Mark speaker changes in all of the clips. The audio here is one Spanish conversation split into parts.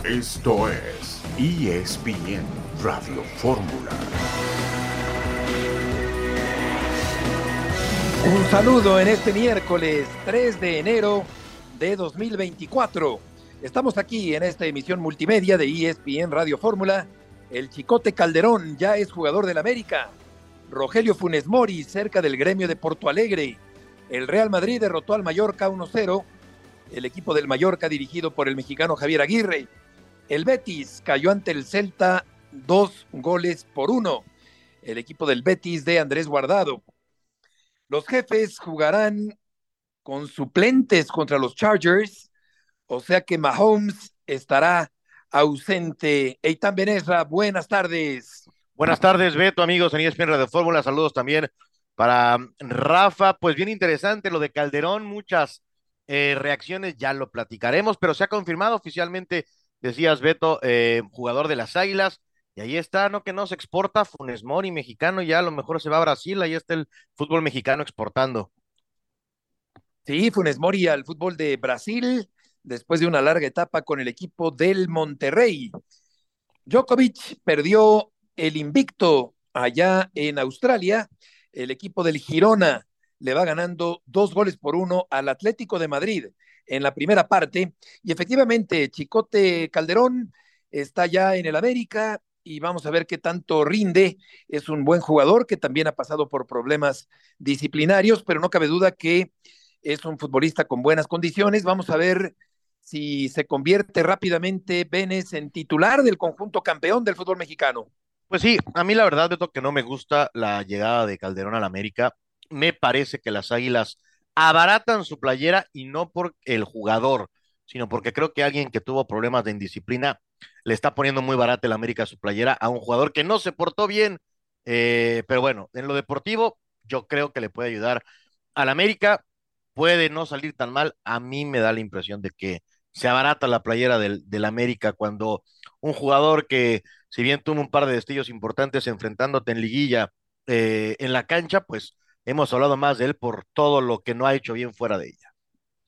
Speaker 1: Esto es ESPN Radio Fórmula.
Speaker 2: Un saludo en este miércoles 3 de enero de 2024. Estamos aquí en esta emisión multimedia de ESPN Radio Fórmula. El Chicote Calderón ya es jugador del América. Rogelio Funes Mori cerca del gremio de Porto Alegre. El Real Madrid derrotó al Mallorca 1-0. El equipo del Mallorca dirigido por el mexicano Javier Aguirre. El Betis cayó ante el Celta 2-1. El equipo del Betis de Andrés Guardado. Los Jefes jugarán con suplentes contra los Chargers, o sea que Mahomes estará ausente. Eitan Benesra, buenas tardes.
Speaker 3: Buenas tardes, Beto, amigos en ESPN Radio Fórmula. Saludos también para Rafa. Pues bien interesante lo de Calderón, muchas reacciones, ya lo platicaremos, pero se ha confirmado oficialmente, decías, Beto, jugador de las Águilas. Y ahí está, ¿no? Que no se exporta Funes Mori, mexicano, ya a lo mejor se va a Brasil, ahí está el fútbol mexicano exportando.
Speaker 2: Sí, Funes Mori al fútbol de Brasil, después de una larga etapa con el equipo del Monterrey. Djokovic perdió el invicto allá en Australia. El equipo del Girona le va ganando 2-1 al Atlético de Madrid en la primera parte. Y efectivamente, Chicote Calderón está ya en el América y vamos a ver qué tanto rinde. Es un buen jugador que también ha pasado por problemas disciplinarios, pero no cabe duda que es un futbolista con buenas condiciones. Vamos a ver si se convierte rápidamente Benes en titular del conjunto campeón del fútbol mexicano.
Speaker 3: Pues sí, a mí la verdad, Beto, que no me gusta la llegada de Calderón al América. Me parece que las Águilas abaratan su playera y no por el jugador, sino porque creo que alguien que tuvo problemas de indisciplina le está poniendo muy barata el América su playera a un jugador que no se portó bien. Pero bueno, en lo deportivo, yo creo que le puede ayudar al América. Puede no salir tan mal. A mí me da la impresión de que se abarata la playera del América cuando un jugador que si bien tuvo un par de destellos importantes enfrentándote en liguilla en la cancha, pues hemos hablado más de él por todo lo que no ha hecho bien fuera de ella.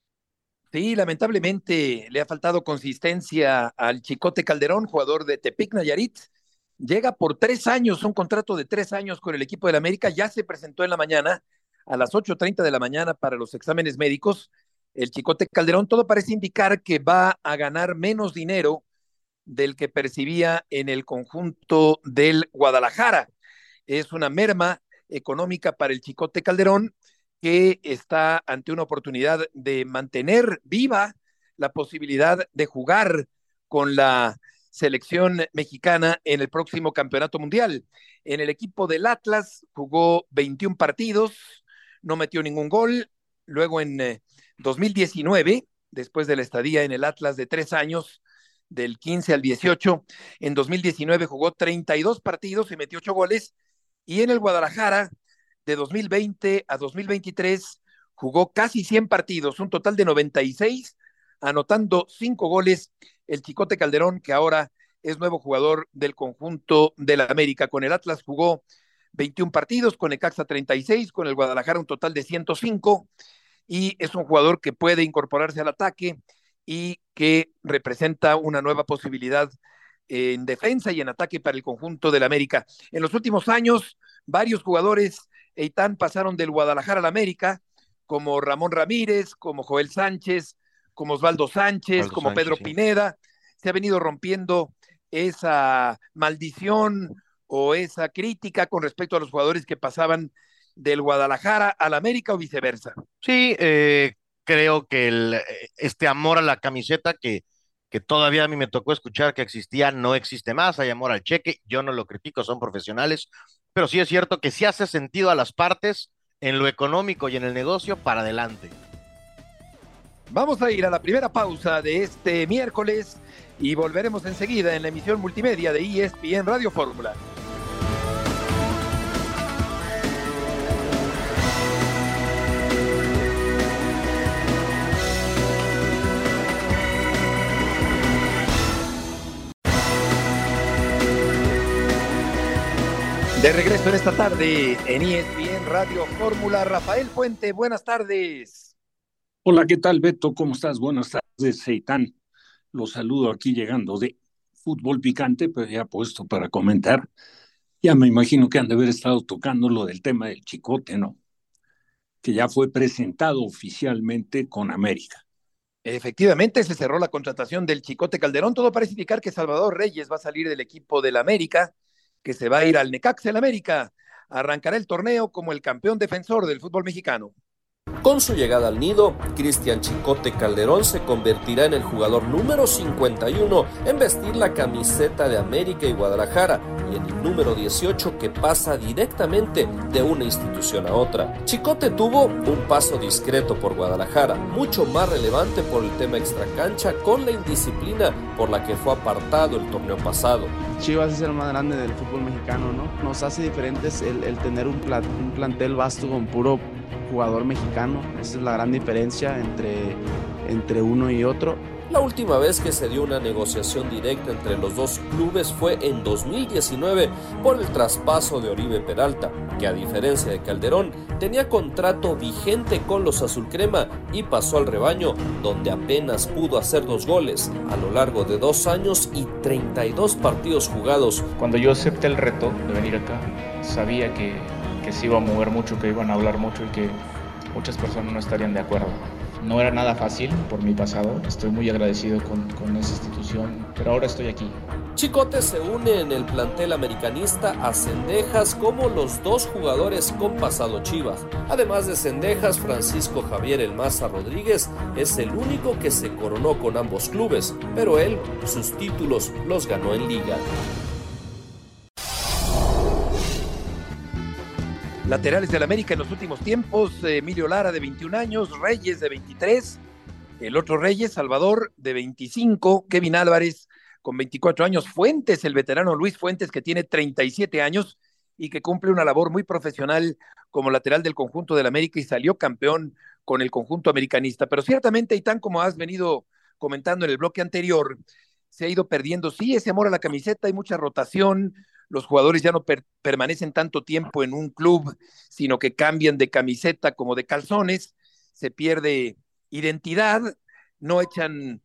Speaker 2: Sí, lamentablemente le ha faltado consistencia al Chicote Calderón, jugador de Tepic Nayarit. Llega por 3 años, un contrato de 3 años con el equipo del América. Ya se presentó en la mañana, a las 8:30 de la mañana para los exámenes médicos. El Chicote Calderón, todo parece indicar que va a ganar menos dinero del que percibía en el conjunto del Guadalajara. Es una merma económica para el Chicote Calderón, que está ante una oportunidad de mantener viva la posibilidad de jugar con la selección mexicana en el próximo campeonato mundial. En el equipo del Atlas jugó 21 partidos, no metió ningún gol. Luego en 2019, después de la estadía en el Atlas de 3 años, del 15 al 18, en 2019 jugó 32 partidos y metió 8 goles. Y en el Guadalajara, de 2020 a 2023, jugó casi 100 partidos, un total de 96, anotando 5 goles. El Chicote Calderón, que ahora es nuevo jugador del conjunto de la América. Con el Atlas jugó 21 partidos, con Necaxa 36, con el Guadalajara un total de 105, y es un jugador que puede incorporarse al ataque y que representa una nueva posibilidad en defensa y en ataque para el conjunto del América. En los últimos años, varios jugadores Eitan pasaron del Guadalajara al América, como Ramón Ramírez, como Joel Sánchez, como Osvaldo Sánchez,
Speaker 3: Osvaldo
Speaker 2: como
Speaker 3: Sánchez,
Speaker 2: Pedro
Speaker 3: sí.
Speaker 2: Pineda. Se ha venido rompiendo esa maldición o esa crítica con respecto a los jugadores que pasaban del Guadalajara al América o viceversa.
Speaker 3: Sí, creo que este amor a la camiseta que todavía a mí me tocó escuchar que existía, no existe más. Hay amor al cheque, yo no lo critico, son profesionales, pero sí es cierto que sí hace sentido a las partes en lo económico y en el negocio para adelante.
Speaker 2: Vamos a ir a la primera pausa de este miércoles y volveremos enseguida en la emisión multimedia de ESPN Radio Fórmula. De regreso en esta tarde en ESPN Radio Fórmula, Rafael Puente, buenas tardes.
Speaker 4: Hola, ¿qué tal, Beto? ¿Cómo estás? Buenas tardes, Seitán. Los saludo aquí llegando de fútbol picante, pero ya puesto para comentar. Ya me imagino que han de haber estado tocando lo del tema del Chicote, ¿no? Que ya fue presentado oficialmente con América.
Speaker 2: Efectivamente, se cerró la contratación del Chicote Calderón. Todo parece indicar que Salvador Reyes va a salir del equipo del América, que se va a ir al Necaxa del América. Arrancará el torneo como el campeón defensor del fútbol mexicano.
Speaker 5: Con su llegada al nido, Cristian Chicote Calderón se convertirá en el jugador número 51 en vestir la camiseta de América y Guadalajara y en el número 18 que pasa directamente de una institución a otra. Chicote tuvo un paso discreto por Guadalajara, mucho más relevante por el tema extracancha con la indisciplina por la que fue apartado el torneo pasado.
Speaker 6: Chivas es el más grande del fútbol mexicano, ¿no? Nos hace diferentes el tener un plantel vasto con puro jugador mexicano. Esa es la gran diferencia entre uno y otro.
Speaker 5: La última vez que se dio una negociación directa entre los dos clubes fue en 2019 por el traspaso de Oribe Peralta, que a diferencia de Calderón tenía contrato vigente con los azulcrema y pasó al rebaño, donde apenas pudo hacer 2 goles a lo largo de 2 años y 32 partidos jugados.
Speaker 7: Cuando yo acepté el reto de venir acá, sabía que se iba a mover mucho, que iban a hablar mucho y que muchas personas no estarían de acuerdo. No era nada fácil por mi pasado, estoy muy agradecido con esa institución, pero ahora estoy aquí.
Speaker 5: Chicote se une en el plantel americanista a Cendejas como los 2 jugadores con pasado Chivas. Además de Cendejas, Francisco Javier El Maza Rodríguez es el único que se coronó con ambos clubes, pero él sus títulos los ganó en liga.
Speaker 2: Laterales del América en los últimos tiempos, Emilio Lara de 21 años, Reyes de 23, el otro Reyes, Salvador de 25, Kevin Álvarez con 24 años, Fuentes, el veterano Luis Fuentes que tiene 37 años y que cumple una labor muy profesional como lateral del conjunto del América y salió campeón con el conjunto americanista. Pero ciertamente, y tan como has venido comentando en el bloque anterior, se ha ido perdiendo, sí, ese amor a la camiseta, hay mucha rotación, los jugadores ya no permanecen tanto tiempo en un club, sino que cambian de camiseta como de calzones, se pierde identidad, no echan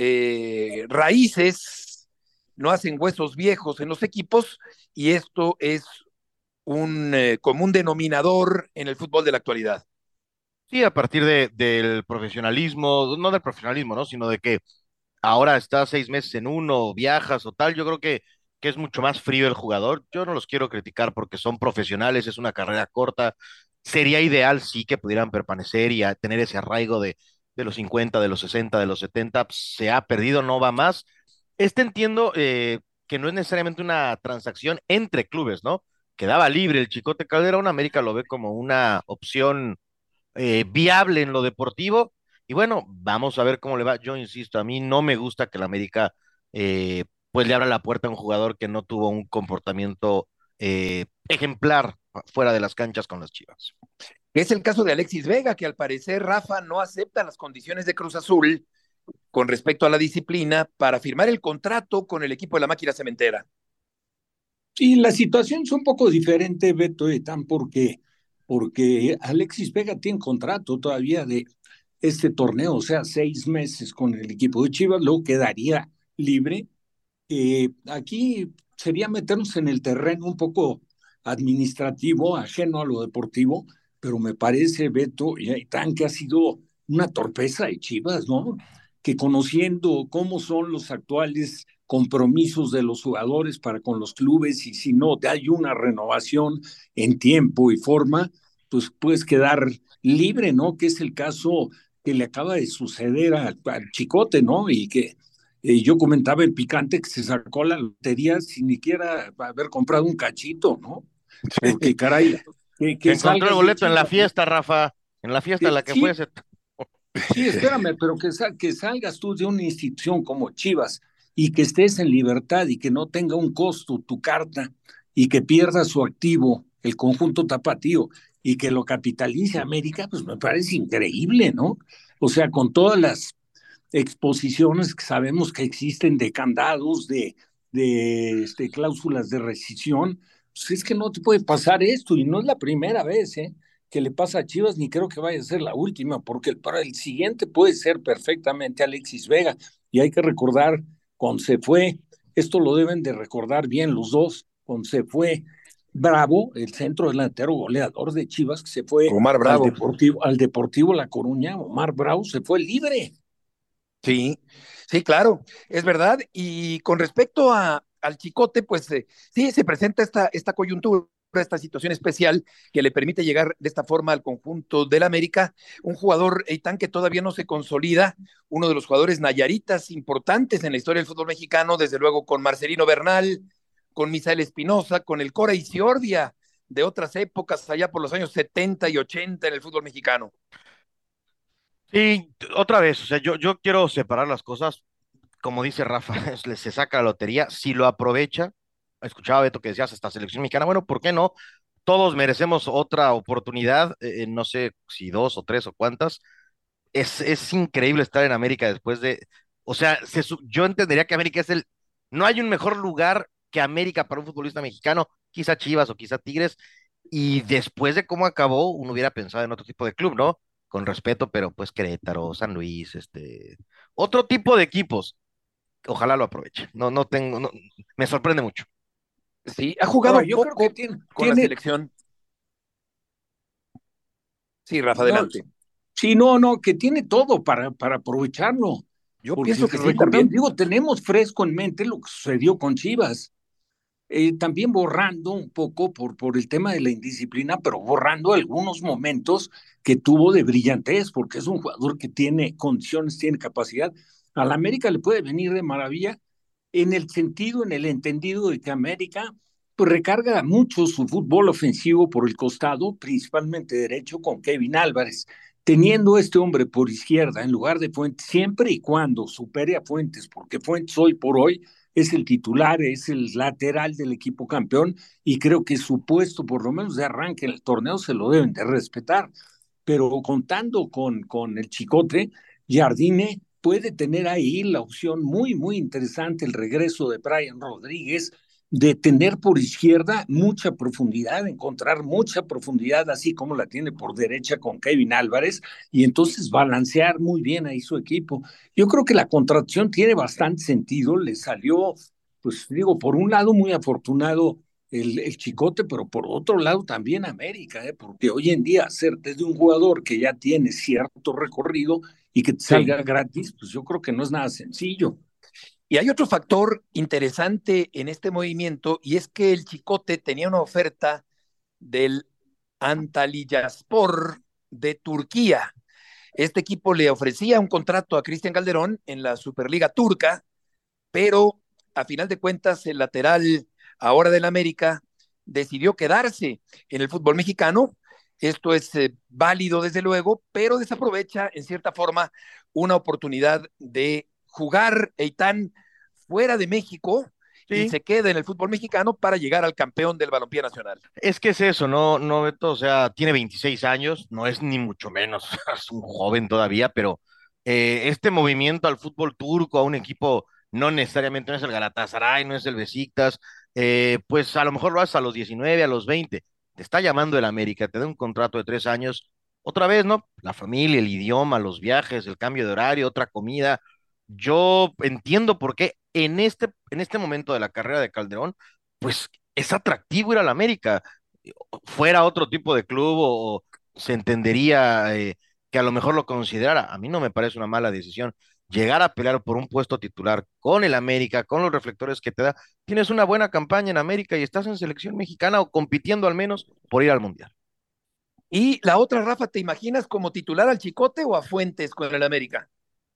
Speaker 2: raíces, no hacen huesos viejos en los equipos, y esto es un común denominador en el fútbol de la actualidad.
Speaker 3: Sí, a partir del profesionalismo, no del profesionalismo, ¿no? Sino de que ahora estás 6 meses en uno, viajas o tal, yo creo que es mucho más frío el jugador. Yo no los quiero criticar porque son profesionales, es una carrera corta. Sería ideal, sí, que pudieran permanecer y tener ese arraigo de los 50, de los 60, de los 70. Pues, se ha perdido, no va más. Entiendo que no es necesariamente una transacción entre clubes, ¿no? Quedaba libre el Chicote Calderón, América lo ve como una opción viable en lo deportivo. Y bueno, vamos a ver cómo le va. Yo insisto, a mí no me gusta que la América pues le abra la puerta a un jugador que no tuvo un comportamiento ejemplar fuera de las canchas con las Chivas.
Speaker 2: Es el caso de Alexis Vega, que al parecer Rafa no acepta las condiciones de Cruz Azul con respecto a la disciplina para firmar el contrato con el equipo de la máquina cementera.
Speaker 4: Sí, la situación es un poco diferente, Beto y Tan, porque Alexis Vega tiene contrato todavía de este torneo, o sea, 6 meses con el equipo de Chivas, luego quedaría libre. Aquí sería meternos en el terreno un poco administrativo, ajeno a lo deportivo, pero me parece, Beto y Tan, que ha sido una torpeza de Chivas, ¿no? Que conociendo cómo son los actuales compromisos de los jugadores para con los clubes y si no hay una renovación en tiempo y forma, pues puedes quedar libre, ¿no? Que es el caso que le acaba de suceder al Chicote, ¿no? Y que yo comentaba en Picante que se sacó la lotería sin ni siquiera haber comprado un cachito, ¿no? Porque caray,
Speaker 3: que encontró el boleto en la fiesta, Rafa, en la fiesta en la que
Speaker 4: sí,
Speaker 3: fue.
Speaker 4: Sí, espérame, pero que salgas tú de una institución como Chivas y que estés en libertad y que no tenga un costo tu carta y que pierda su activo, el conjunto tapatío, y que lo capitalice América, pues me parece increíble, ¿no? O sea, con todas las exposiciones que sabemos que existen de candados, de cláusulas de rescisión, pues es que no te puede pasar esto y no es la primera vez, que le pasa a Chivas, ni creo que vaya a ser la última, porque para el siguiente puede ser perfectamente Alexis Vega. Y hay que recordar cuando se fue, esto lo deben de recordar bien los dos, cuando se fue Bravo, el centro delantero goleador de Chivas, que se fue
Speaker 2: Omar Bravo.
Speaker 4: al Deportivo La Coruña, Omar Bravo se fue libre.
Speaker 2: Sí, sí, claro, es verdad. Y con respecto al Chicote, pues sí, se presenta esta coyuntura, esta situación especial que le permite llegar de esta forma al conjunto del América. Un jugador, Eitan, que todavía no se consolida, uno de los jugadores nayaritas importantes en la historia del fútbol mexicano, desde luego con Marcelino Bernal, con Misael Espinosa, con el Cora Isiordia de otras épocas, allá por los años 70 y 80 en el fútbol mexicano.
Speaker 3: Sí, otra vez, o sea, yo quiero separar las cosas, como dice Rafa, se saca la lotería, si lo aprovecha, escuchaba Beto que decías esta selección mexicana, bueno, ¿por qué no? Todos merecemos otra oportunidad, no sé si dos o tres o cuántas. Es increíble estar en América después de, o sea, yo entendería que América es no hay un mejor lugar que América para un futbolista mexicano, quizá Chivas o quizá Tigres, y después de cómo acabó, uno hubiera pensado en otro tipo de club, ¿no? Con respeto, pero pues Querétaro, San Luis, otro tipo de equipos, ojalá lo aproveche, no tengo, me sorprende mucho.
Speaker 2: Sí, ha
Speaker 4: Ahora,
Speaker 2: jugado
Speaker 4: yo creo que
Speaker 2: poco con la selección. Sí, Rafa,
Speaker 4: no,
Speaker 2: adelante.
Speaker 4: sí, no, que tiene todo para aprovecharlo.
Speaker 2: Yo
Speaker 4: Porque
Speaker 2: pienso que sí
Speaker 4: recordemos,
Speaker 2: también.
Speaker 4: digo, tenemos fresco en mente lo que sucedió con Chivas. También borrando un poco por el tema de la indisciplina, pero borrando algunos momentos que tuvo de brillantez, porque es un jugador que tiene condiciones, tiene capacidad. A la América le puede venir de maravilla en el sentido, en el entendido de que América pues recarga mucho su fútbol ofensivo por el costado, principalmente derecho con Kevin Álvarez. Teniendo este hombre por izquierda en lugar de Fuentes, siempre y cuando supere a Fuentes, porque Fuentes hoy por hoy es el titular, es el lateral del equipo campeón y creo que su puesto, por lo menos de arranque en el torneo, se lo deben de respetar. Pero contando con el Chicote, Jardine puede tener ahí la opción muy interesante, el regreso de Brian Rodríguez, de tener por izquierda mucha profundidad, encontrar mucha profundidad, así como la tiene por derecha con Kevin Álvarez, y entonces balancear muy bien ahí su equipo. Yo creo que la contratación tiene bastante sentido, le salió, pues digo, por un lado muy afortunado el Chicote, pero por otro lado también América, porque hoy en día hacer desde un jugador que ya tiene cierto recorrido y que te
Speaker 2: Sí.
Speaker 4: salga gratis, pues yo creo que no es nada sencillo.
Speaker 2: Y hay otro factor interesante en este movimiento, y es que el Chicote tenía una oferta del Antalyaspor de Turquía. Este equipo le ofrecía un contrato a Cristian Calderón en la Superliga turca, pero a final de cuentas el lateral ahora del América decidió quedarse en el fútbol mexicano. Esto es válido desde luego, pero desaprovecha en cierta forma una oportunidad de jugar Eitan fuera de México y
Speaker 3: Sí,
Speaker 2: se queda en el fútbol mexicano para llegar al campeón del balompié nacional.
Speaker 3: es que es eso, no, Beto, o sea, tiene 26 años, no es ni mucho menos, es un joven todavía, pero este movimiento al fútbol turco, a un equipo, no necesariamente no es el Galatasaray, no es el Besiktas, pues a lo mejor lo haces a los 19, a los 20, te está llamando el América, te da un contrato de 3 años, otra vez, ¿no? La familia, el idioma, los viajes, el cambio de horario, otra comida. Yo entiendo por qué en este momento de la carrera de Calderón, pues es atractivo ir al América. Fuera otro tipo de club o se entendería que a lo mejor lo considerara. A mí no me parece una mala decisión. Llegar a pelear por un puesto titular con el América, con los reflectores que te da, tienes una buena campaña en América y estás en selección mexicana o compitiendo al menos por ir al Mundial.
Speaker 2: Y la otra, Rafa, ¿te imaginas como titular al Chicote o a Fuentes con el América?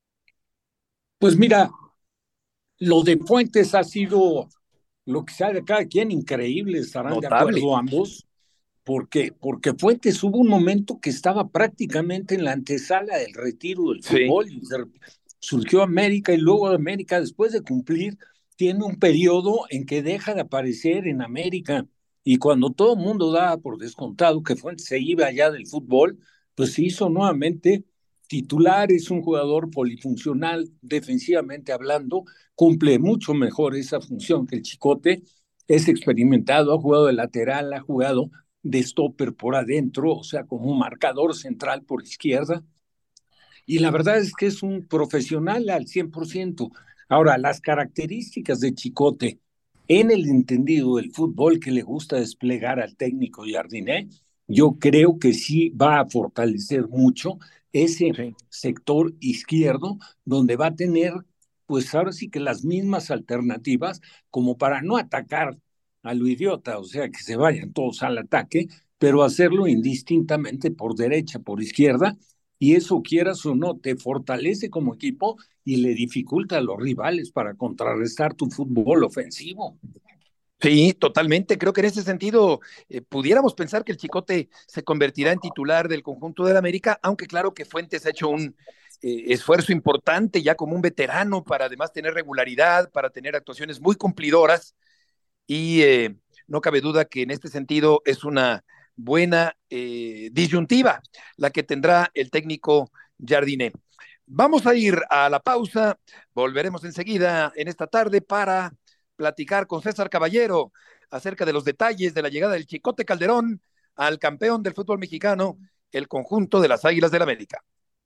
Speaker 4: Pues mira, lo de Fuentes ha sido lo que sea de cada quien increíble, estarán de
Speaker 2: Notable.
Speaker 4: acuerdo ambos, porque Fuentes hubo un momento que estaba prácticamente en la antesala del retiro del
Speaker 2: Sí.
Speaker 4: fútbol y surgió América y luego América, después de cumplir, tiene un periodo en que deja de aparecer en América y cuando todo el mundo daba por descontado que Fuentes se iba allá del fútbol, pues se hizo nuevamente titular, es un jugador polifuncional defensivamente hablando, cumple mucho mejor esa función que el Chicote, es experimentado, ha jugado de lateral, ha jugado de stopper por adentro, o sea, como un marcador central por izquierda. y la verdad es que es un profesional al 100%. Ahora, las características de Chicote en el entendido del fútbol que le gusta desplegar al técnico Jardiné, yo creo que sí va a fortalecer mucho ese
Speaker 2: Sí.
Speaker 4: sector izquierdo, donde va a tener, pues ahora sí que las mismas alternativas, como para no atacar a lo idiota, o sea, que se vayan todos al ataque, pero hacerlo indistintamente por derecha, por izquierda, y eso, quieras o no, te fortalece como equipo y le dificulta a los rivales para contrarrestar tu fútbol ofensivo.
Speaker 2: Sí, totalmente. Creo que en ese sentido pudiéramos pensar que el Chicote se convertirá en titular del conjunto del América, aunque claro que Fuentes ha hecho un esfuerzo importante ya como un veterano para además tener regularidad, para tener actuaciones muy cumplidoras y no cabe duda que en este sentido es una buena disyuntiva la que tendrá el técnico Jardiné. Vamos a ir a la pausa, volveremos enseguida en esta tarde para platicar con César Caballero acerca de los detalles de la llegada del Chicote Calderón al campeón del fútbol mexicano, el conjunto de las Águilas del América.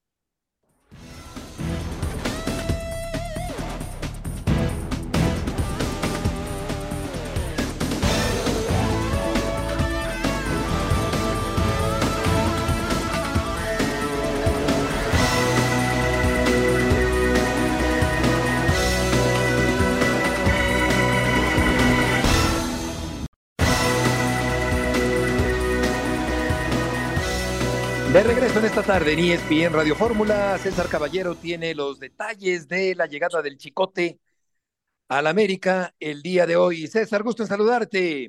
Speaker 2: De regreso en esta tarde en ESPN Radio Fórmula, César Caballero tiene los detalles de la llegada del Chicote al América el día de hoy. César, gusto en saludarte.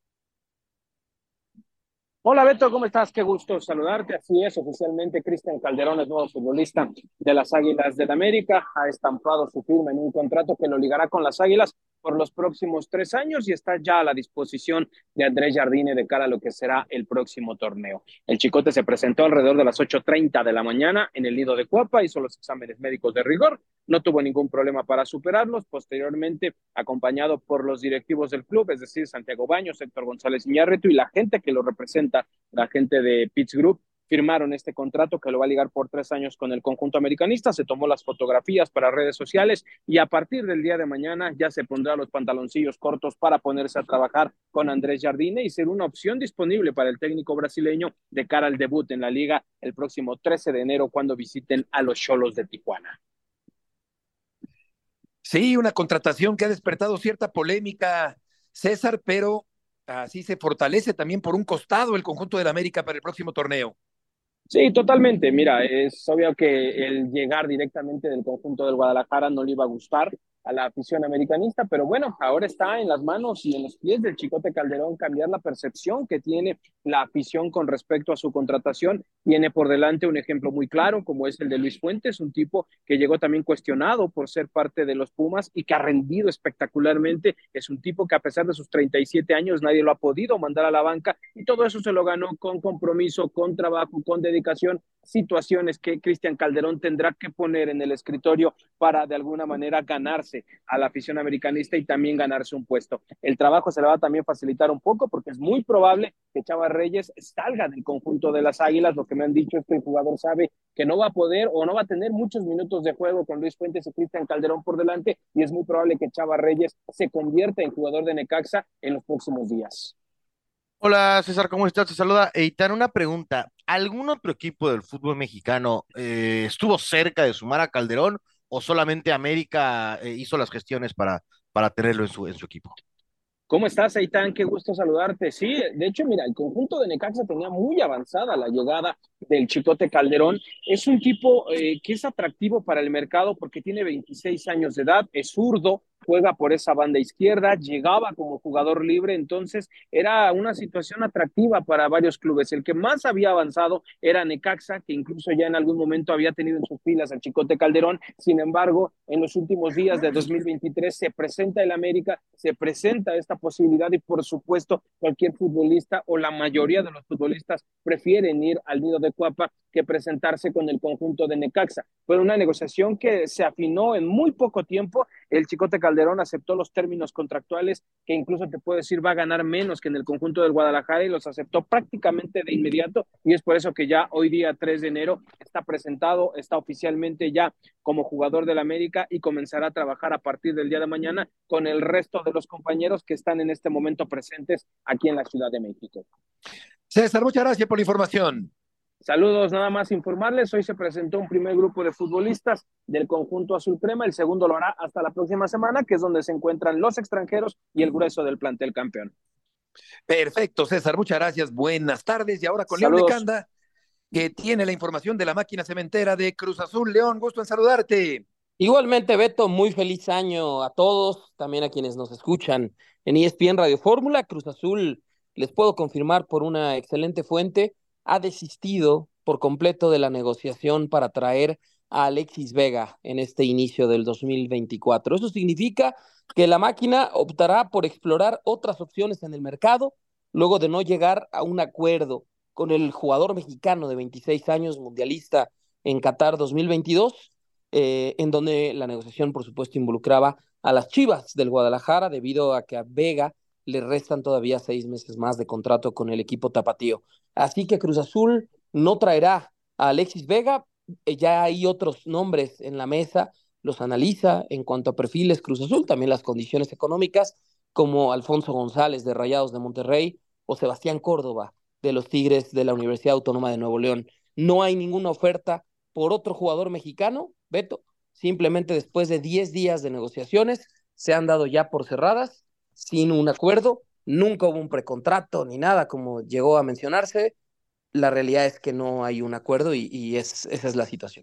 Speaker 8: Hola Beto, ¿cómo estás? Qué gusto saludarte. Así es, oficialmente Cristian Calderón es nuevo futbolista de las Águilas del América. Ha estampado su firma en un contrato que lo ligará con las Águilas por los próximos 3 años y está ya a la disposición de Andrés Jardine de cara a lo que será el próximo torneo. El Chicote se presentó alrededor de las 8:30 de la mañana en el Nido de Cuapa, hizo los exámenes médicos de rigor, no tuvo ningún problema para superarlos. Posteriormente, acompañado por los directivos del club, es decir, Santiago Baños, Héctor González Iñárritu y la gente que lo representa, la gente de Pitts Group, firmaron este contrato que lo va a ligar por 3 años con el conjunto americanista. Se tomó las fotografías para redes sociales y a partir del día de mañana ya se pondrá los pantaloncillos cortos para ponerse a trabajar con Andrés Jardine y ser una opción disponible para el técnico brasileño de cara al debut en la liga el próximo 13 de enero cuando visiten a los Xolos de Tijuana.
Speaker 2: Sí, una contratación que ha despertado cierta polémica, César, pero así se fortalece también por un costado el conjunto del América para el próximo torneo.
Speaker 8: Sí, totalmente. Mira, es obvio que el llegar directamente del conjunto del Guadalajara no le iba a gustar a la afición americanista, pero bueno, ahora está en las manos y en los pies del Chicote Calderón cambiar la percepción que tiene la afición con respecto a su contratación. Viene por delante un ejemplo muy claro, como es el de Luis Fuentes, un tipo que llegó también cuestionado por ser parte de los Pumas y que ha rendido espectacularmente. Es un tipo que a pesar de sus 37 años nadie lo ha podido mandar a la banca y todo eso se lo ganó con compromiso, con trabajo, con dedicación, situaciones que Cristian Calderón tendrá que poner en el escritorio para de alguna manera ganarse a la afición americanista y también ganarse un puesto. El trabajo se le va a también facilitar un poco porque es muy probable que Chava Reyes salga del conjunto de las Águilas. Lo que me han dicho es que el jugador sabe que no va a poder o no va a tener muchos minutos de juego con Luis Fuentes y Cristian Calderón por delante y es muy probable que Chava Reyes se convierta en jugador de Necaxa en los próximos días.
Speaker 3: Hola César, ¿cómo estás? Te saluda Eitan. Una pregunta. ¿Algún otro equipo del fútbol mexicano estuvo cerca de sumar a Calderón o solamente América hizo las gestiones para tenerlo en su equipo?
Speaker 8: ¿Cómo estás, Aitán? Qué gusto saludarte. Sí, de hecho, mira, el conjunto de Necaxa tenía muy avanzada la llegada del Chicote Calderón. Es un tipo que es atractivo para el mercado porque tiene 26 años de edad, es zurdo, juega por esa banda izquierda, llegaba como jugador libre, entonces era una situación atractiva para varios clubes. El que más había avanzado era Necaxa, que incluso ya en algún momento había tenido en sus filas al Chicote Calderón. Sin embargo, en los últimos días de 2023 se presenta el América, se presenta esta posibilidad y por supuesto cualquier futbolista o la mayoría de los futbolistas prefieren ir al Nido de Cuapa que presentarse con el conjunto de Necaxa. Fue una negociación que se afinó en muy poco tiempo el Chicote Calderón aceptó los términos contractuales, que incluso te puedo decir va a ganar menos que en el conjunto del Guadalajara, y los aceptó prácticamente de inmediato, y es por eso que ya hoy día 3 de enero está presentado, está oficialmente ya como jugador del América y comenzará a trabajar a partir del día de mañana con el resto de los compañeros que están en este momento presentes aquí en la Ciudad de México.
Speaker 2: César, muchas gracias por la información.
Speaker 8: Saludos, nada más informarles, hoy se presentó un primer grupo de futbolistas del conjunto azul crema, el segundo lo hará hasta la próxima semana, que es donde se encuentran los extranjeros y el grueso del plantel campeón.
Speaker 2: Perfecto, César, muchas gracias, buenas tardes. Y ahora con
Speaker 8: Saludos.
Speaker 2: León Lecanda, que tiene la información de la máquina cementera de Cruz Azul. León, gusto en saludarte.
Speaker 9: Igualmente, Beto, muy feliz año a todos, también a quienes nos escuchan en ESPN Radio Fórmula. Cruz Azul, les puedo confirmar por una excelente fuente, ha desistido por completo de la negociación para traer a Alexis Vega en este inicio del 2024. Eso significa que la máquina optará por explorar otras opciones en el mercado, luego de no llegar a un acuerdo con el jugador mexicano de 26 años, mundialista en Qatar 2022, en donde la negociación, por supuesto, involucraba a las Chivas del Guadalajara, debido a que a Vega le restan todavía 6 meses más de contrato con el equipo tapatío. Así que Cruz Azul no traerá a Alexis Vega, ya hay otros nombres en la mesa, los analiza en cuanto a perfiles Cruz Azul, también las condiciones económicas, como Alfonso González de Rayados de Monterrey o Sebastián Córdoba de los Tigres de la Universidad Autónoma de Nuevo León. No hay ninguna oferta por otro jugador mexicano, Beto, simplemente después de 10 días de negociaciones se han dado ya por cerradas, sin un acuerdo, nunca hubo un precontrato ni nada como llegó a mencionarse. La realidad es que no hay un acuerdo y esa es la situación.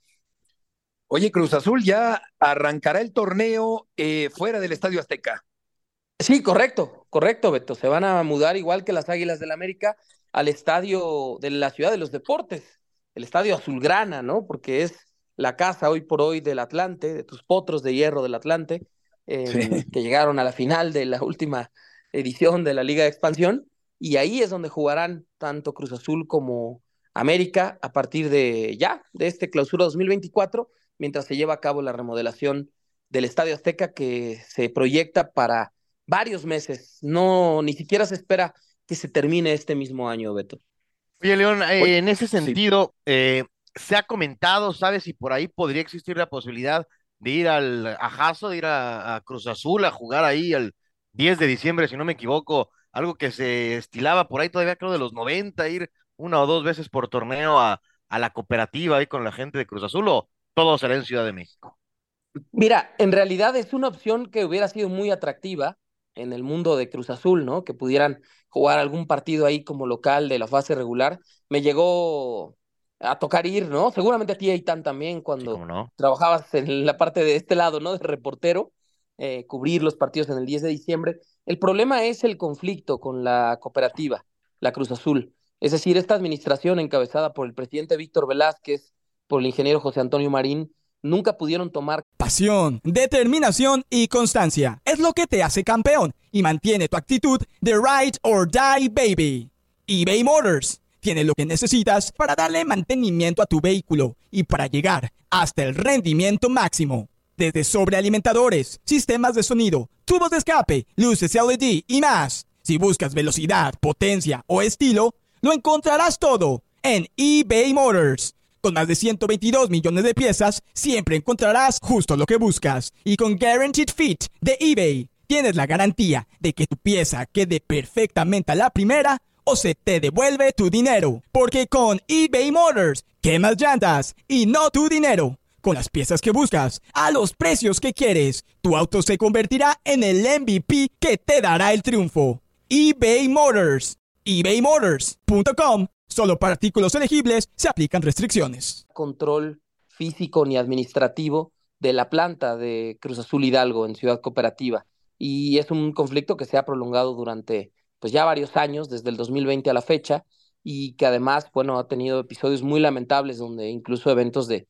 Speaker 2: Oye, Cruz Azul ya arrancará el torneo fuera del Estadio Azteca.
Speaker 9: Sí, correcto, Beto. Se van a mudar igual que las Águilas del América al estadio de la Ciudad de los Deportes, el estadio Azulgrana, ¿no? Porque es la casa hoy por hoy del Atlante, de tus potros de hierro del Atlante,
Speaker 2: Sí.
Speaker 9: que llegaron a la final de la última edición de la Liga de Expansión, y ahí es donde jugarán tanto Cruz Azul como América a partir de este clausura 2024, mientras se lleva a cabo la remodelación del Estadio Azteca, que se proyecta para varios meses. No, ni siquiera se espera que se termine este mismo año, Beto.
Speaker 3: Oye, León,
Speaker 2: Oye,
Speaker 3: en ese
Speaker 2: sí.
Speaker 3: sentido, se ha comentado, ¿sabes si por ahí podría existir la posibilidad de ir al Ajazo, de ir a Cruz Azul a jugar ahí el 10 de diciembre, si no me equivoco, algo que se estilaba por ahí todavía creo de los 90, ir una o dos veces por torneo a la cooperativa ahí con la gente de Cruz Azul, o todo será en Ciudad de México?
Speaker 9: Mira, en realidad es una opción que hubiera sido muy atractiva en el mundo de Cruz Azul, ¿no? Que pudieran jugar algún partido ahí como local de la fase regular. Me llegó a tocar ir, ¿no? Seguramente a ti, Eitan, también,
Speaker 3: Sí,
Speaker 9: cuando
Speaker 3: cómo no.
Speaker 9: trabajabas en la parte de este lado, ¿no? De reportero, cubrir los partidos en el 10 de diciembre. El problema es el conflicto con la cooperativa, la Cruz Azul. Es decir, esta administración encabezada por el presidente Víctor Velázquez, por el ingeniero José Antonio Marín, nunca pudieron tomar.
Speaker 10: Pasión, determinación y constancia es lo que te hace campeón y mantiene tu actitud de ride or die, baby. eBay Motors tiene lo que necesitas para darle mantenimiento a tu vehículo y para llegar hasta el rendimiento máximo. Desde sobrealimentadores, sistemas de sonido, tubos de escape, luces LED y más. Si buscas velocidad, potencia o estilo, lo encontrarás todo en eBay Motors. Con más de 122 millones de piezas, siempre encontrarás justo lo que buscas. Y con Guaranteed Fit de eBay, tienes la garantía de que tu pieza quede perfectamente a la primera o se te devuelve tu dinero. Porque con eBay Motors, quemas llantas y no tu dinero. Con las piezas que buscas, a los precios que quieres, tu auto se convertirá en el MVP que te dará el triunfo. eBay Motors. ebaymotors.com. Solo para artículos elegibles se aplican restricciones.
Speaker 9: Control físico ni administrativo de la planta de Cruz Azul Hidalgo en Ciudad Cooperativa. Y es un conflicto que se ha prolongado durante pues ya varios años, desde el 2020 a la fecha, y que además, bueno, ha tenido episodios muy lamentables donde incluso eventos de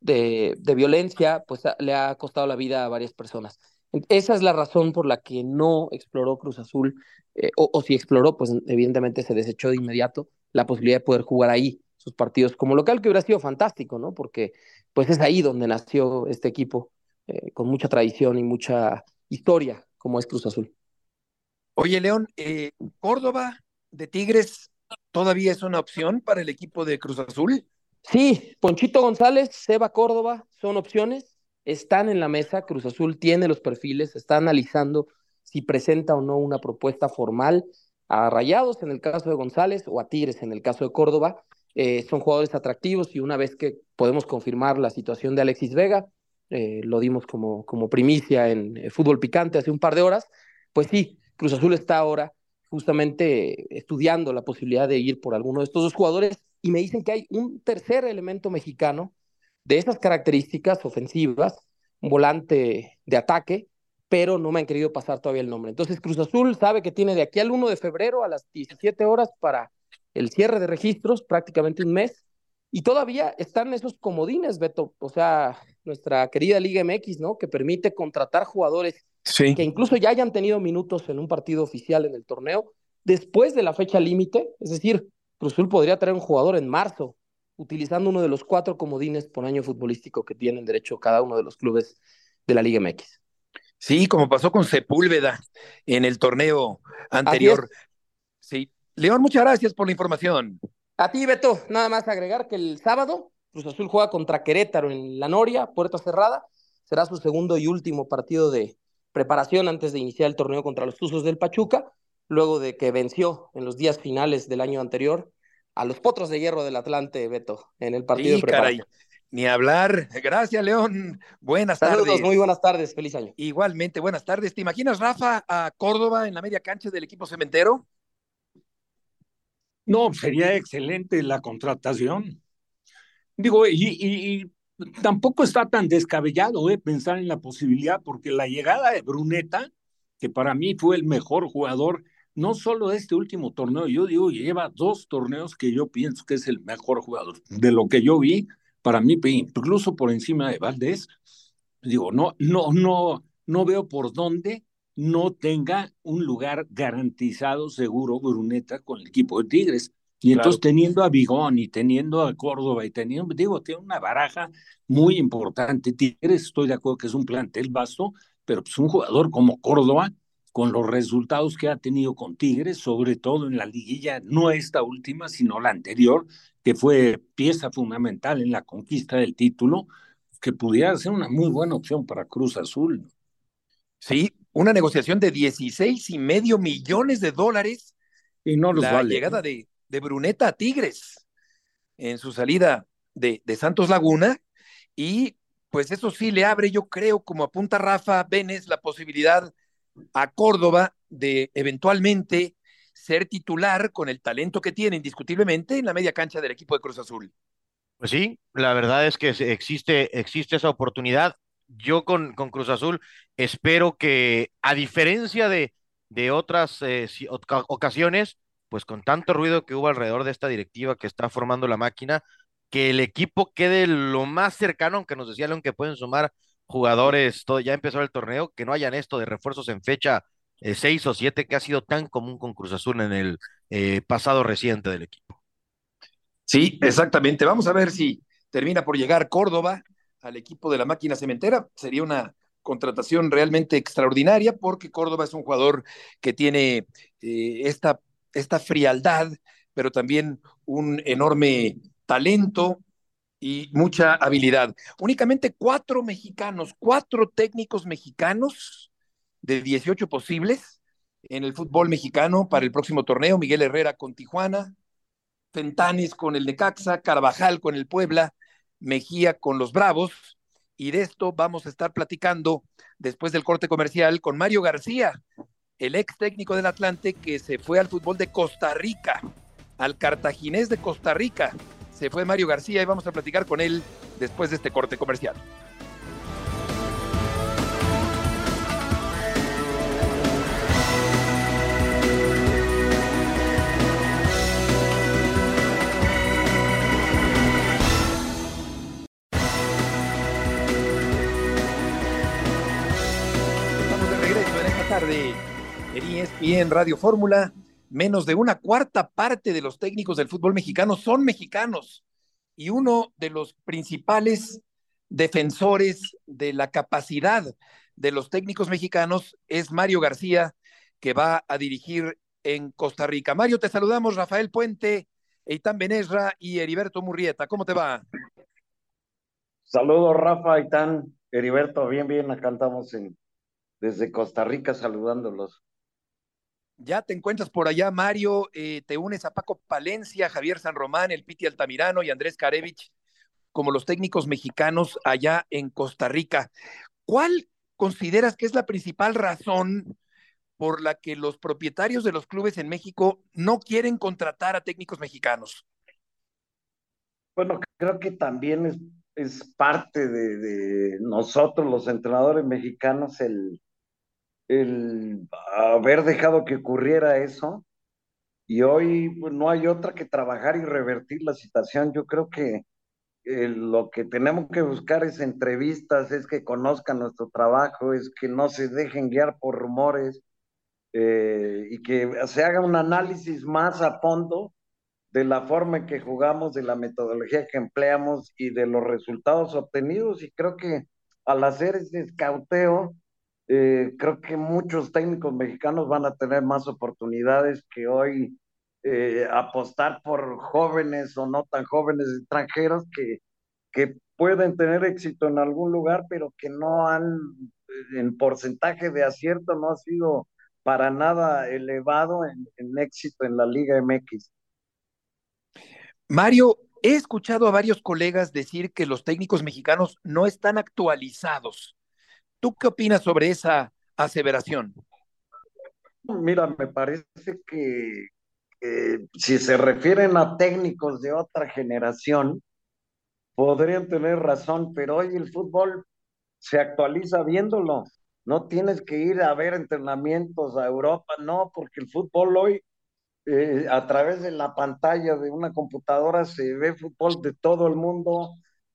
Speaker 9: violencia pues le ha costado la vida a varias personas. Esa es la razón por la que no exploró Cruz Azul, o si exploró, pues evidentemente se desechó de inmediato la posibilidad de poder jugar ahí sus partidos como local, que hubiera sido fantástico, ¿no? Porque pues es ahí donde nació este equipo con mucha tradición y mucha historia, como es Cruz Azul.
Speaker 2: Oye, León, Córdoba de Tigres todavía es una opción para el equipo de Cruz Azul.
Speaker 9: Sí, Ponchito González, Seba Córdoba son opciones, están en la mesa, Cruz Azul tiene los perfiles, está analizando si presenta o no una propuesta formal a Rayados en el caso de González o a Tigres en el caso de Córdoba. Son jugadores atractivos y una vez que podemos confirmar la situación de Alexis Vega, lo dimos como primicia en Fútbol Picante hace un par de horas, pues sí, Cruz Azul está ahora justamente estudiando la posibilidad de ir por alguno de estos dos jugadores y me dicen que hay un tercer elemento mexicano de esas características ofensivas, un volante de ataque, pero no me han querido pasar todavía el nombre. Entonces Cruz Azul sabe que tiene de aquí al 1 de febrero a las 17 horas para el cierre de registros, prácticamente un mes, y todavía están esos comodines, Beto, o sea, nuestra querida Liga MX, ¿no? Que permite contratar jugadores
Speaker 2: Sí.
Speaker 9: que incluso ya hayan tenido minutos en un partido oficial en el torneo después de la fecha límite, es decir, Cruz Azul podría traer un jugador en marzo, utilizando uno de los 4 comodines por año futbolístico que tienen derecho cada uno de los clubes de la Liga MX.
Speaker 2: Sí, como pasó con Sepúlveda en el torneo anterior. Sí. León, muchas gracias por la información.
Speaker 9: A ti, Beto, nada más agregar que el sábado Cruz Azul juega contra Querétaro en La Noria, puerta cerrada. Será su segundo y último partido de preparación antes de iniciar el torneo contra los Tuzos del Pachuca, luego de que venció en los días finales del año anterior a los Potros de Hierro del Atlante, Beto, en el partido de preparación.
Speaker 2: Caray. Ni hablar. Gracias, León. Buenas
Speaker 9: Saludos,
Speaker 2: tardes.
Speaker 9: muy buenas tardes. Feliz año.
Speaker 2: Igualmente, buenas tardes. ¿Te imaginas, Rafa, a Córdoba en la media cancha del equipo cementero?
Speaker 4: No, sería excelente la contratación. Digo, y tampoco está tan descabellado pensar en la posibilidad, porque la llegada de Bruneta, que para mí fue el mejor jugador, no solo de este último torneo, yo digo, lleva 2 torneos que yo pienso que es el mejor jugador. De lo que yo vi, para mí, incluso por encima de Valdés, digo, no veo por dónde no tenga un lugar garantizado, seguro, Bruneta con el equipo de Tigres. Y entonces teniendo a Vigón y teniendo a Córdoba y teniendo, digo, tiene una baraja muy importante. Tigres, estoy de acuerdo que es un plantel vasto, pero pues un jugador como Córdoba, con los resultados que ha tenido con Tigres, sobre todo en la liguilla, no esta última, sino la anterior, que fue pieza fundamental en la conquista del título, que pudiera ser una muy buena opción para Cruz Azul.
Speaker 2: Sí, una negociación de $16.5 millones
Speaker 4: y no los
Speaker 2: la
Speaker 4: vale.
Speaker 2: llegada de Bruneta a Tigres en su salida de Santos Laguna, y pues eso sí le abre, yo creo, como apunta Rafa Benes, la posibilidad a Córdoba de eventualmente ser titular con el talento que tiene indiscutiblemente en la media cancha del equipo de Cruz Azul.
Speaker 3: Pues sí, la verdad es que existe esa oportunidad. Yo con Cruz Azul espero que, a diferencia de otras ocasiones, pues con tanto ruido que hubo alrededor de esta directiva que está formando la máquina, que el equipo quede lo más cercano, aunque nos decía León que pueden sumar jugadores, todo, ya empezó el torneo, que no hayan esto de refuerzos en fecha 6 o 7 que ha sido tan común con Cruz Azul en el pasado reciente del equipo.
Speaker 2: Sí, exactamente. Vamos a ver si termina por llegar Córdoba al equipo de la máquina cementera. Sería una contratación realmente extraordinaria porque Córdoba es un jugador que tiene esta frialdad, pero también un enorme talento y mucha habilidad. Únicamente 4 mexicanos, 4 técnicos mexicanos de 18 posibles en el fútbol mexicano para el próximo torneo. Miguel Herrera con Tijuana, Fentanes con el Necaxa, Carvajal con el Puebla, Mejía con los Bravos, y de esto vamos a estar platicando después del corte comercial con Mario García, el ex técnico del Atlante que se fue al fútbol de Costa Rica, al Cartaginés de Costa Rica. Se fue Mario García y vamos a platicar con él después de este corte comercial. Tarde en ESPN Radio Fórmula. Menos de una cuarta parte de los técnicos del fútbol mexicano son mexicanos, y uno de los principales defensores de la capacidad de los técnicos mexicanos es Mario García, que va a dirigir en Costa Rica. Mario, te saludamos, Rafael Puente, Eitan Benesra y Heriberto Murrieta. ¿Cómo te va?
Speaker 11: Saludos, Rafa, Eitan, Heriberto, bien, acá andamos desde Costa Rica saludándolos.
Speaker 2: Ya te encuentras por allá, Mario, te unes a Paco Palencia, Javier San Román, el Piti Altamirano y Andrés Karevich como los técnicos mexicanos allá en Costa Rica. ¿Cuál consideras que es la principal razón por la que los propietarios de los clubes en México no quieren contratar a técnicos mexicanos?
Speaker 11: Bueno, creo que también es parte de nosotros, los entrenadores mexicanos, el haber dejado que ocurriera eso, y hoy pues, no hay otra que trabajar y revertir la situación. Yo creo que lo que tenemos que buscar es entrevistas, es que conozcan nuestro trabajo, es que no se dejen guiar por rumores, y que se haga un análisis más a fondo de la forma en que jugamos, de la metodología que empleamos y de los resultados obtenidos. Y creo que al hacer ese escauteo, creo que muchos técnicos mexicanos van a tener más oportunidades que hoy, apostar por jóvenes o no tan jóvenes extranjeros que pueden tener éxito en algún lugar, pero que no han, en porcentaje de acierto, no ha sido para nada elevado en éxito en la Liga MX.
Speaker 2: Mario, he escuchado a varios colegas decir que los técnicos mexicanos no están actualizados. ¿Tú qué opinas sobre esa aseveración?
Speaker 11: Mira, me parece que si se refieren a técnicos de otra generación, podrían tener razón, pero hoy el fútbol se actualiza viéndolo. No tienes que ir a ver entrenamientos a Europa, no, porque el fútbol hoy, a través de la pantalla de una computadora, se ve fútbol de todo el mundo.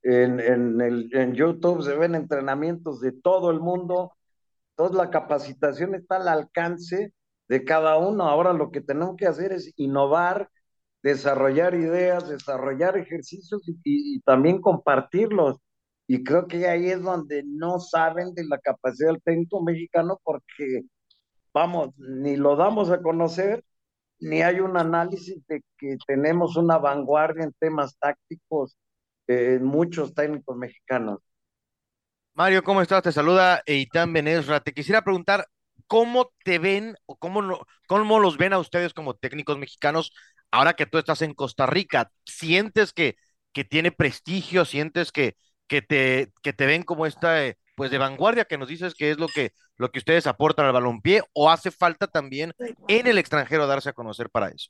Speaker 11: En YouTube se ven entrenamientos de todo el mundo. Entonces la capacitación está al alcance de cada uno. Ahora lo que tenemos que hacer es innovar, desarrollar ideas, desarrollar ejercicios y también compartirlos. Y creo que ahí es donde no saben de la capacidad del técnico mexicano, porque, vamos, ni lo damos a conocer, ni hay un análisis de que tenemos una vanguardia en temas tácticos, en muchos técnicos mexicanos.
Speaker 3: Mario, ¿cómo estás? Te saluda Eitan Benesra. Te quisiera preguntar, ¿cómo te ven o cómo los ven a ustedes como técnicos mexicanos ahora que tú estás en Costa Rica? ¿Sientes que tiene prestigio? ¿Sientes que te ven como esta, pues de vanguardia que nos dices que es lo que ustedes aportan al balompié, o hace falta también en el extranjero darse a conocer para eso?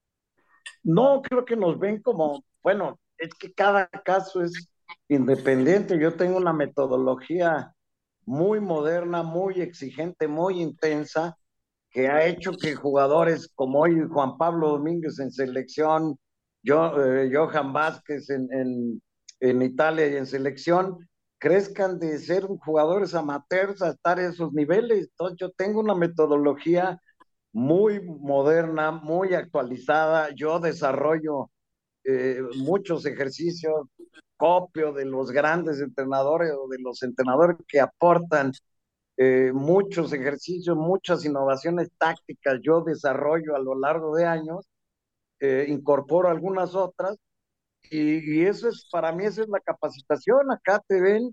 Speaker 11: No, creo que nos ven como, bueno, es que cada caso es independiente. Yo tengo una metodología muy moderna, muy exigente, muy intensa, que ha hecho que jugadores como hoy Juan Pablo Domínguez en selección, Johan Vázquez en Italia y en selección, crezcan de ser jugadores amateurs a estar en esos niveles. Entonces yo tengo una metodología muy moderna, muy actualizada. Yo desarrollo muchos ejercicios, copio de los grandes entrenadores o de los entrenadores que aportan muchos ejercicios, muchas innovaciones tácticas. Yo desarrollo a lo largo de años, incorporo algunas otras, y eso es, para mí, esa es la capacitación. Acá te ven,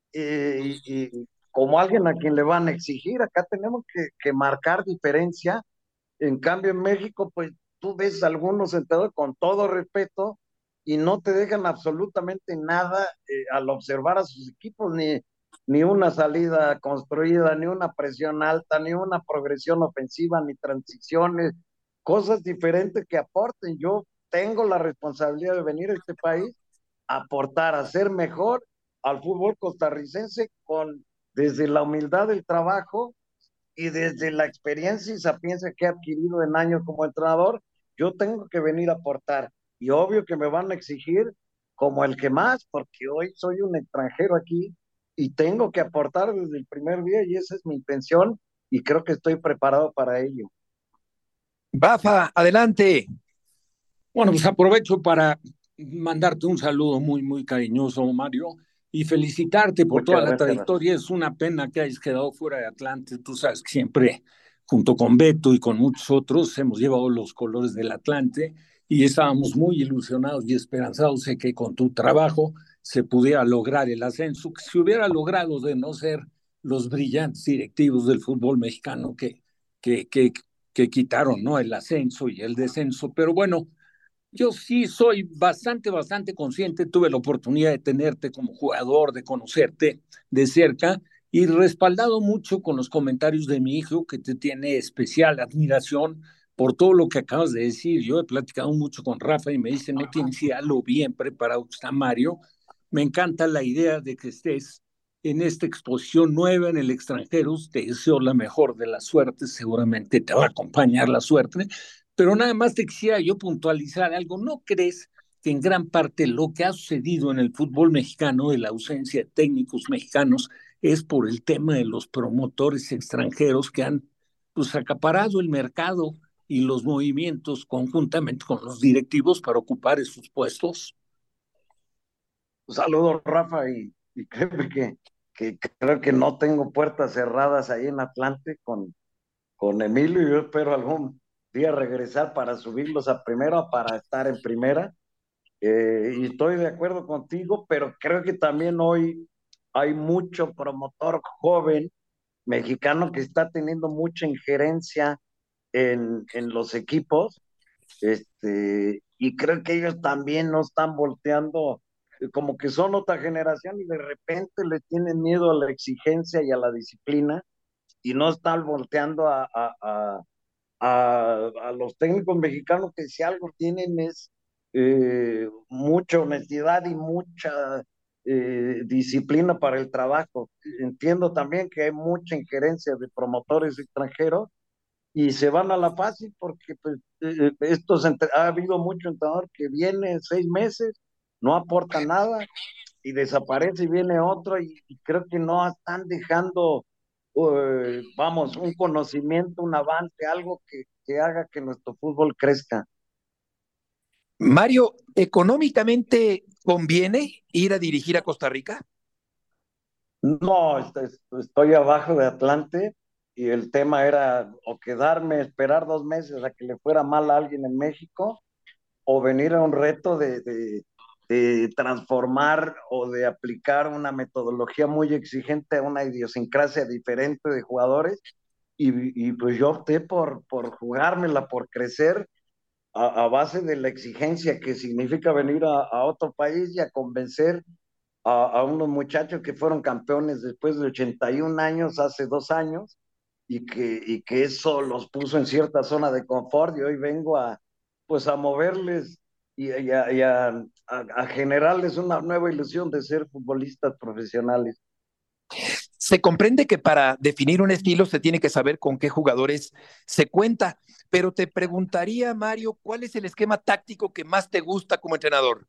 Speaker 11: como alguien a quien le van a exigir. Acá tenemos que marcar diferencia. En cambio, en México, pues tú ves a algunos entrenadores, con todo respeto, y no te dejan absolutamente nada, al observar a sus equipos, ni una salida construida, ni una presión alta, ni una progresión ofensiva, ni transiciones, cosas diferentes que aporten. Yo tengo la responsabilidad de venir a este país a aportar, a ser mejor al fútbol costarricense, desde la humildad del trabajo y desde la experiencia y sapiencia que he adquirido en años como entrenador. Yo tengo que venir a aportar, y obvio que me van a exigir como el que más, porque hoy soy un extranjero aquí y tengo que aportar desde el primer día, y esa es mi intención, y creo que estoy preparado para ello.
Speaker 2: Bafa, adelante.
Speaker 4: Bueno, pues aprovecho para mandarte un saludo muy, muy cariñoso, Mario, y felicitarte por
Speaker 11: Muchas
Speaker 4: toda la
Speaker 11: gracias, Rafa.
Speaker 4: trayectoria. Es una pena que hayas quedado fuera de Atlante. Tú sabes que siempre, junto con Beto y con muchos otros, hemos llevado los colores del Atlante y estábamos muy ilusionados y esperanzados de que con tu trabajo se pudiera lograr el ascenso, que se hubiera logrado de no ser los brillantes directivos del fútbol mexicano que, que, que quitaron, ¿no?, el ascenso y el descenso. Pero bueno, yo sí soy bastante consciente, tuve la oportunidad de tenerte como jugador, de conocerte de cerca y respaldado mucho con los comentarios de mi hijo, que te tiene especial admiración por todo lo que acabas de decir. Yo he platicado mucho con Rafa y me dice, no tienes idea lo bien preparado que está Mario. Me encanta la idea de que estés en esta exposición nueva en el extranjero. Te deseo la mejor de las suertes, seguramente te va a acompañar la suerte, pero nada más te quisiera yo puntualizar algo. ¿No crees que en gran parte lo que ha sucedido en el fútbol mexicano, de la ausencia de técnicos mexicanos, es por el tema de los promotores extranjeros que han, pues, acaparado el mercado y los movimientos conjuntamente con los directivos para ocupar esos puestos?
Speaker 11: Saludos, Rafa, y créeme que creo que no tengo puertas cerradas ahí en Atlante con Emilio, y yo espero algún día regresar para subirlos a primera, para estar en primera. Y estoy de acuerdo contigo, pero creo que también hoy hay mucho promotor joven mexicano que está teniendo mucha injerencia en los equipos, y creo que ellos también no están volteando, como que son otra generación y de repente le tienen miedo a la exigencia y a la disciplina y no están volteando a los técnicos mexicanos, que si algo tienen es mucha honestidad y mucha disciplina para el trabajo. Entiendo también que hay mucha injerencia de promotores extranjeros y se van a la fácil porque pues, ha habido mucho entrenador que viene 6 meses, no aporta nada y desaparece y viene otro, y creo que no están dejando, vamos, un conocimiento, un avance, algo que haga que nuestro fútbol crezca.
Speaker 2: Mario, ¿económicamente conviene ir a dirigir a Costa Rica?
Speaker 11: No, estoy abajo de Atlante y el tema era o quedarme, esperar 2 meses a que le fuera mal a alguien en México, o venir a un reto de transformar o de aplicar una metodología muy exigente a una idiosincrasia diferente de jugadores. Y pues yo opté por jugármela, por crecer a base de la exigencia que significa venir a otro país y a convencer a unos muchachos que fueron campeones después de 81 años, hace 2 años, y que eso los puso en cierta zona de confort, y hoy vengo pues a moverles y a generarles una nueva ilusión de ser futbolistas profesionales.
Speaker 2: Se comprende que para definir un estilo se tiene que saber con qué jugadores se cuenta, pero te preguntaría, Mario, ¿cuál es el esquema táctico que más te gusta como entrenador?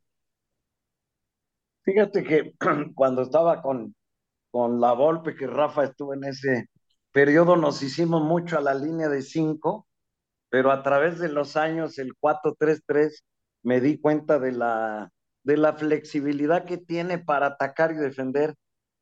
Speaker 11: Fíjate que cuando estaba con la Volpe, que Rafa estuvo en ese periodo, nos hicimos mucho a la línea de 5, pero a través de los años el 4-3-3 me di cuenta de la flexibilidad que tiene para atacar y defender,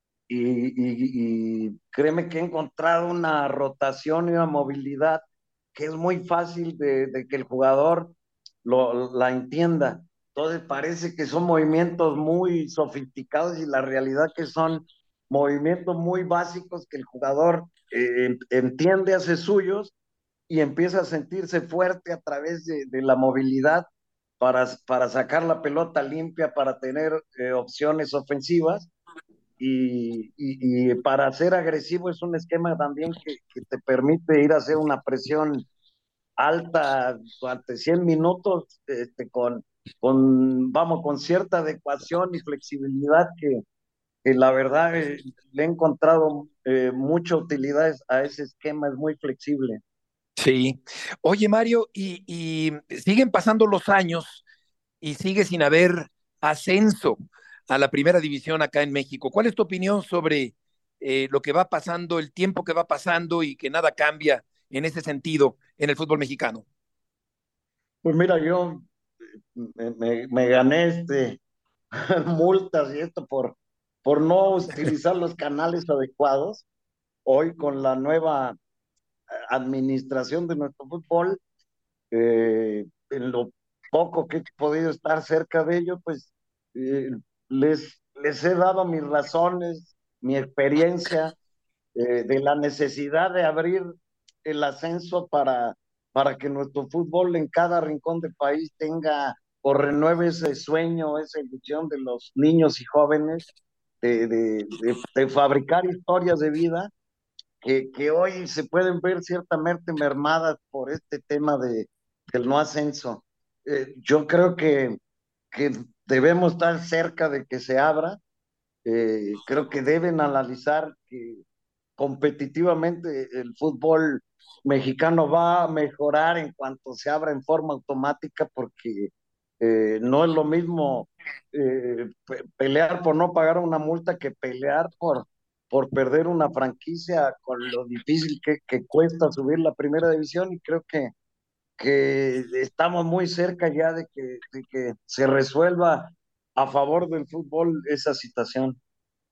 Speaker 11: y créeme que he encontrado una rotación y una movilidad que es muy fácil de que el jugador la entienda. Entonces parece que son movimientos muy sofisticados y la realidad que son movimientos muy básicos que el jugador entiende, hace suyos y empieza a sentirse fuerte a través de la movilidad para sacar la pelota limpia, para tener opciones ofensivas, y para ser agresivo. Es un esquema también que te permite ir a hacer una presión alta durante 100 minutos, vamos, con cierta adecuación y flexibilidad que la verdad le he encontrado mucha utilidad a ese esquema, es muy flexible.
Speaker 2: Sí. Oye, Mario, y siguen pasando los años y sigue sin haber ascenso a la primera división acá en México. ¿Cuál es tu opinión sobre lo que va pasando, el tiempo que va pasando y que nada cambia en ese sentido en el fútbol mexicano?
Speaker 11: Pues mira, yo me gané multas y esto por por no utilizar los canales adecuados. Hoy con la nueva administración de nuestro fútbol, en lo poco que he podido estar cerca de ellos, pues eh, les he dado mis razones, mi experiencia, de la necesidad de abrir el ascenso para que nuestro fútbol en cada rincón del país tenga o renueve ese sueño, esa ilusión de los niños y jóvenes de fabricar historias de vida que hoy se pueden ver ciertamente mermadas por este tema del no ascenso. Yo creo que debemos estar cerca de que se abra. Creo que deben analizar que competitivamente el fútbol mexicano va a mejorar en cuanto se abra en forma automática, porque no es lo mismo pelear por no pagar una multa que pelear por perder una franquicia con lo difícil que cuesta subir la primera división. Y creo que estamos muy cerca ya de que se resuelva a favor del fútbol esa situación.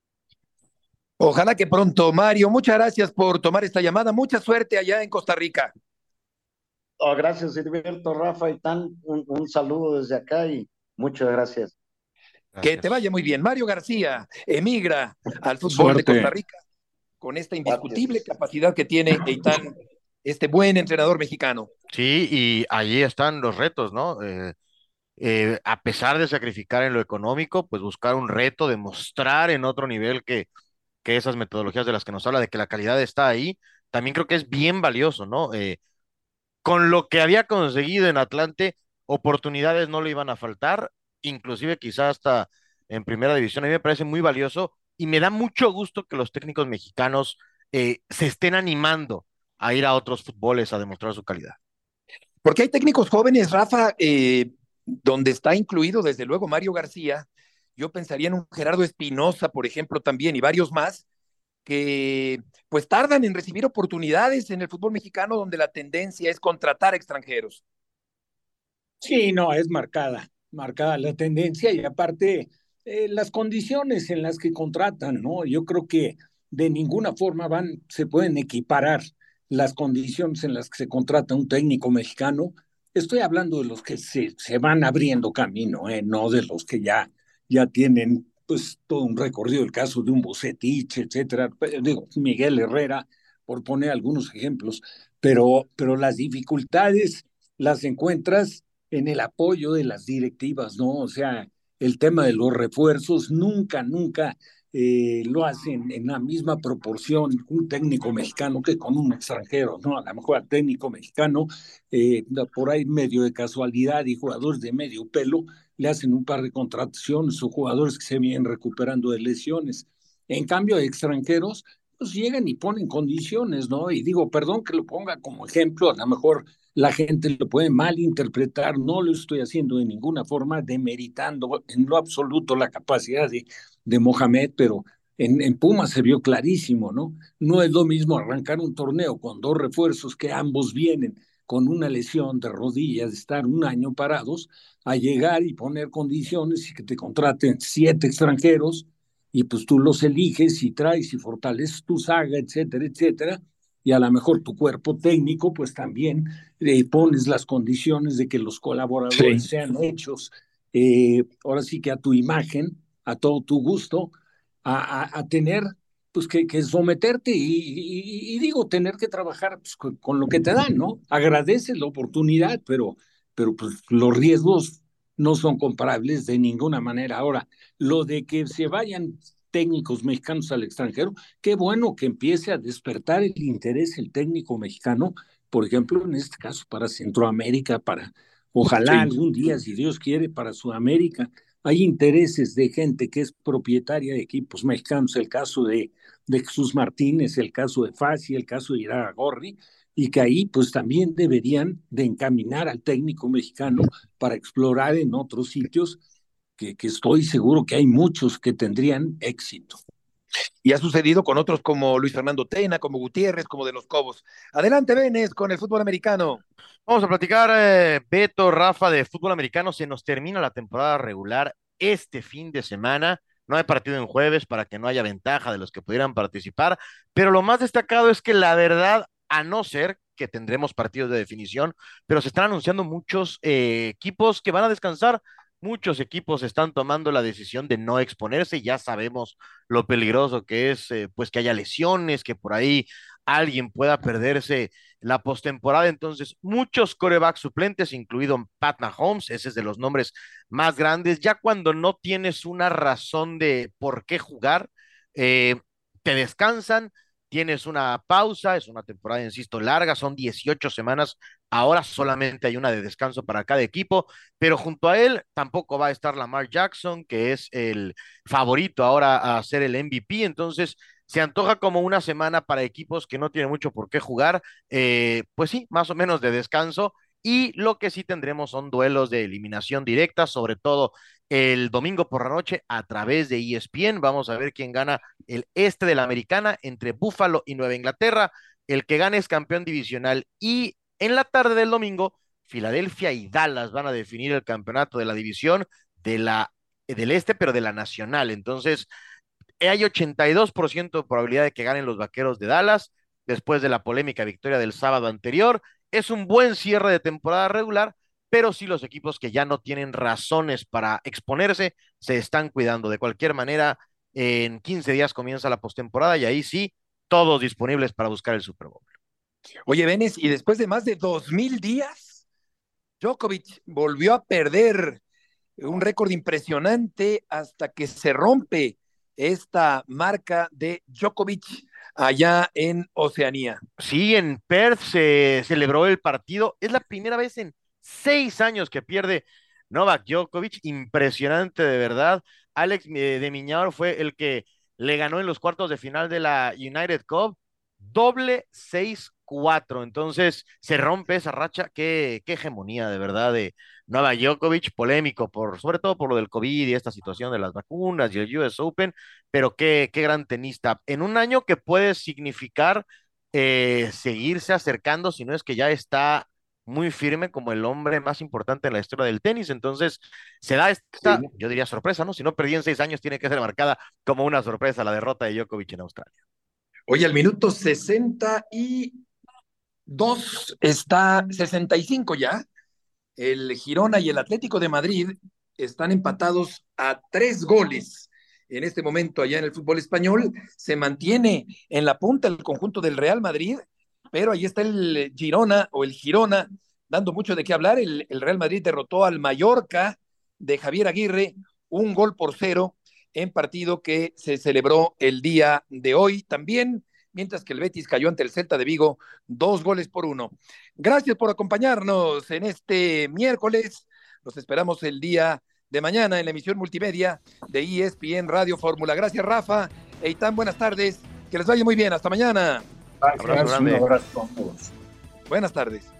Speaker 2: Ojalá que pronto, Mario. Muchas gracias por tomar esta llamada. Mucha suerte allá en Costa Rica.
Speaker 11: Oh, gracias, Heriberto, Rafa y Tan. Un saludo desde acá y muchas gracias.
Speaker 2: Que te vaya muy bien. Mario García emigra al fútbol
Speaker 4: Suerte.
Speaker 2: de Costa Rica con esta indiscutible capacidad que tiene Eitan, este buen entrenador mexicano.
Speaker 3: Sí, y allí están los retos, ¿no? A pesar de sacrificar en lo económico, pues buscar un reto, demostrar en otro nivel que esas metodologías de las que nos habla, de que la calidad está ahí, también creo que es bien valioso, ¿no? Con lo que había conseguido en Atlante, oportunidades no le iban a faltar, inclusive quizás hasta en primera división. A mí me parece muy valioso y me da mucho gusto que los técnicos mexicanos se estén animando a ir a otros fútboles a demostrar su calidad.
Speaker 2: Porque hay técnicos jóvenes, Rafa, donde está incluido desde luego Mario García. Yo pensaría en un Gerardo Espinosa, por ejemplo, también, y varios más, que pues tardan en recibir oportunidades en el fútbol mexicano, donde la tendencia es contratar extranjeros.
Speaker 4: Sí, no, es marcada la tendencia y aparte las condiciones en las que contratan, ¿no? Yo creo que de ninguna forma se pueden equiparar las condiciones en las que se contrata un técnico mexicano. Estoy hablando de los que se van abriendo camino, no de los que ya tienen pues todo un recorrido, el caso de un Bucetich, etcétera, digo, Miguel Herrera, por poner algunos ejemplos, pero las dificultades las encuentras en el apoyo de las directivas, ¿no? O sea, el tema de los refuerzos nunca lo hacen en la misma proporción un técnico mexicano que con un extranjero, ¿no? A lo mejor al técnico mexicano, por ahí medio de casualidad y jugadores de medio pelo, le hacen un par de contrataciones o jugadores que se vienen recuperando de lesiones. En cambio, de extranjeros, pues llegan y ponen condiciones, ¿no? Y digo, perdón que lo ponga como ejemplo, a lo mejor la gente lo puede malinterpretar, no lo estoy haciendo de ninguna forma, demeritando en lo absoluto la capacidad de Mohamed, pero en Pumas se vio clarísimo, ¿no? No es lo mismo arrancar un torneo con dos refuerzos que ambos vienen con una lesión de rodillas, de estar un año parados, a llegar y poner condiciones y que te contraten 7 extranjeros y pues tú los eliges y traes y fortaleces tu saga, etcétera, etcétera, y a lo mejor tu cuerpo técnico pues también pones las condiciones de que los colaboradores sean hechos, ahora sí que a tu imagen, a todo tu gusto, a tener pues que someterte y digo, tener que trabajar pues, con lo que te dan, ¿no? Agradeces la oportunidad, pero pues los riesgos no son comparables de ninguna manera. Ahora, lo de que se vayan técnicos mexicanos al extranjero, qué bueno que empiece a despertar el interés el técnico mexicano, por ejemplo, en este caso para Centroamérica, ojalá algún día, si Dios quiere, para Sudamérica. Hay intereses de gente que es propietaria de equipos mexicanos, el caso de Jesús Martínez, el caso de Fassi, el caso de Iraragorri, y que ahí pues también deberían de encaminar al técnico mexicano para explorar en otros sitios que estoy seguro que hay muchos que tendrían éxito.
Speaker 2: Y ha sucedido con otros como Luis Fernando Tena, como Gutiérrez, como de los Cobos. Adelante, Benes, con el fútbol americano.
Speaker 3: Vamos a platicar, Beto, Rafa, de fútbol americano. Se nos termina la temporada regular este fin de semana no hay partido en jueves para que no haya ventaja de los que pudieran participar, pero lo más destacado es que la verdad, a no ser que tendremos partidos de definición, pero se están anunciando muchos equipos que van a descansar. Muchos equipos están tomando la decisión de no exponerse, ya sabemos lo peligroso que es, pues que haya lesiones, que por ahí alguien pueda perderse la postemporada. Entonces, muchos quarterbacks suplentes, incluido Pat Mahomes, ese es de los nombres más grandes, ya cuando no tienes una razón de por qué jugar, te descansan, tienes una pausa, es una temporada, insisto, larga, son 18 semanas, ahora solamente hay una de descanso para cada equipo, pero junto a él tampoco va a estar Lamar Jackson, que es el favorito ahora a ser el MVP, entonces se antoja como una semana para equipos que no tienen mucho por qué jugar, pues sí, más o menos de descanso, y lo que sí tendremos son duelos de eliminación directa, sobre todo el domingo por la noche a través de ESPN. Vamos a ver quién gana el este de la Americana entre Buffalo y Nueva Inglaterra. El que gane es campeón divisional. Y en la tarde del domingo, Filadelfia y Dallas van a definir el campeonato de la división del este, pero de la nacional. Entonces, hay 82% de probabilidad de que ganen los Vaqueros de Dallas después de la polémica victoria del sábado anterior. Es un buen cierre de temporada regular, pero sí los equipos que ya no tienen razones para exponerse se están cuidando. De cualquier manera, en 15 días comienza la postemporada y ahí sí, todos disponibles para buscar el Super Bowl.
Speaker 2: Oye, Benes, y después de más de 2000 días, Djokovic volvió a perder un récord impresionante hasta que se rompe esta marca de Djokovic allá en Oceanía.
Speaker 3: Sí, en Perth se celebró el partido. Es la primera vez en 6 años que pierde Novak Djokovic. Impresionante, de verdad. Alex de Miñaur fue el que le ganó en los cuartos de final de la United Cup. Doble 6-4. Entonces se rompe esa racha. Qué hegemonía, de verdad, de Novak Djokovic, polémico, sobre todo por lo del COVID y esta situación de las vacunas y el US Open, pero qué gran tenista. En un año que puede significar seguirse acercando, si no es que ya está muy firme como el hombre más importante en la historia del tenis. Entonces, se da esta, yo diría sorpresa, ¿no? Si no perdí en 6 años, tiene que ser marcada como una sorpresa la derrota de Djokovic en Australia.
Speaker 2: Oye, al minuto 62 está 65 ya. El Girona y el Atlético de Madrid están empatados a 3 goles. En este momento, allá en el fútbol español, se mantiene en la punta el conjunto del Real Madrid, pero ahí está el Girona dando mucho de qué hablar. El Real Madrid derrotó al Mallorca de Javier Aguirre 1-0 en partido que se celebró el día de hoy también, mientras que el Betis cayó ante el Celta de Vigo 2-1. Gracias por acompañarnos en este miércoles. Los esperamos el día de mañana en la emisión multimedia de ESPN Radio Fórmula. Gracias, Rafa. Eitan, buenas tardes. Que les vaya muy bien. Hasta mañana.
Speaker 11: Gracias, un abrazo a todos.
Speaker 2: Buenas tardes.